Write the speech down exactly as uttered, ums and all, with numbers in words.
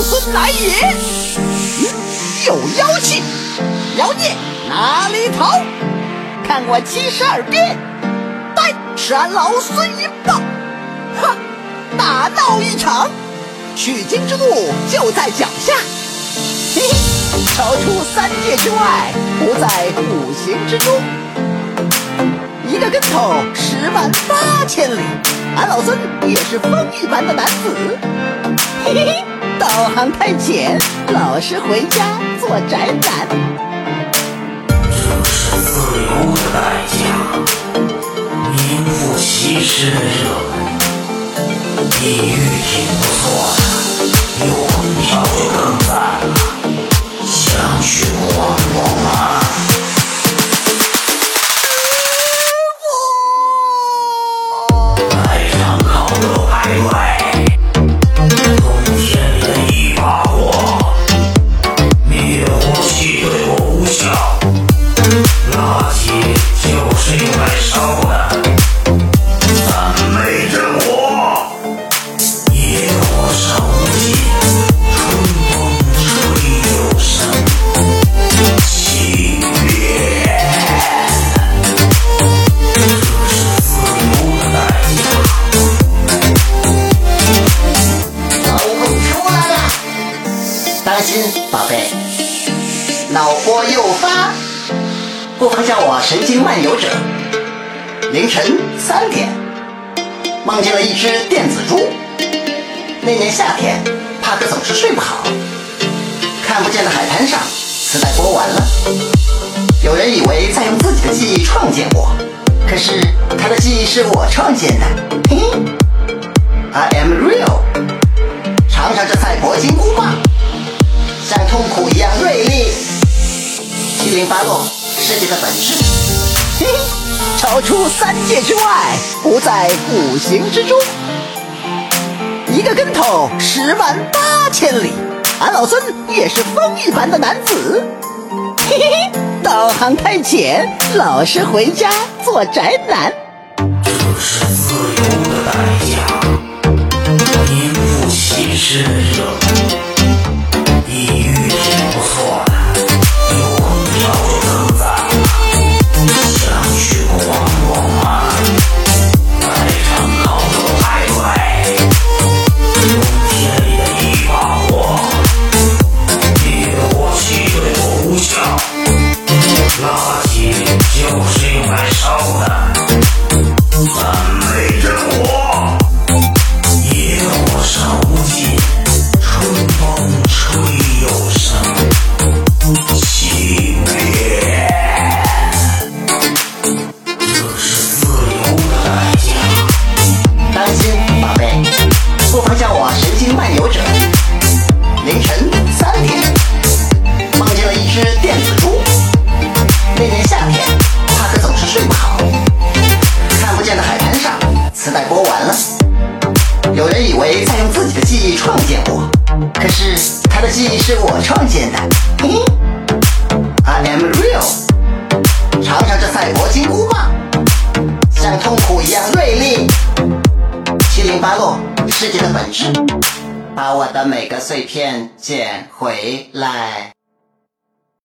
孙来也！嗯，有妖气，妖孽哪里逃？看我七十二变，待吃俺老孙一棒！哈，大闹一场，取经之路就在脚下。嘿嘿，超出三界之外，不在五行之中。一个跟头十万八千里，俺老孙也是风一般的男子。嘿嘿嘿，道行太浅，老实回家做宅男。 这是自由的代价，名副其实的热门。地狱挺不错的，有空调就更赞了。想去逛逛吗？来场烤肉派对，冬天里的一把火，灭火器对我无效，垃圾就是用来烧的。咱没着火，野火烧不尽，春风吹又生，气灭。这是自由的代价。 老公出来了，当心宝贝，脑波诱发，不妨叫我神经漫游者。凌晨三点，梦见了一只电子猪。那年夏天，帕克总是睡不好。看不见的海滩上，磁带播完了。有人以为在用自己的记忆创建我，可是他的记忆是我创建的。嘿嘿 ，I am real。尝尝这赛博金箍棒，像痛苦一样锐利。七零八落，世界的本质。嘿嘿，超出三界之外，不在五行之中。一个跟头十万八千里，俺老孙也是风一般的男子。嘿嘿嘿，道行太浅，老实回家做宅男。 这是自由的代价，名副其实的热门。地狱挺不错的，有空调就更赞了。想去逛逛吗？来场烤肉派对，冬天里的一把火，灭火器对我无效，垃圾就是用来烧的。咱没着火，野火烧不尽，春风吹又生，气灭。这是自由的代价。 当心宝贝，不妨叫我神经漫游者。凌晨三点，梦见了一只电子猪。那年夏天，帕克总是睡不好。看不见的海滩上，磁带播完了。有人以为在用自己的记忆创建我，可是他的记忆是我创建的。嘿嘿 ，I am real。尝尝这赛博金箍棒，像痛苦一样锐利。七零八落，世界的本质，把我的每个碎片捡回来。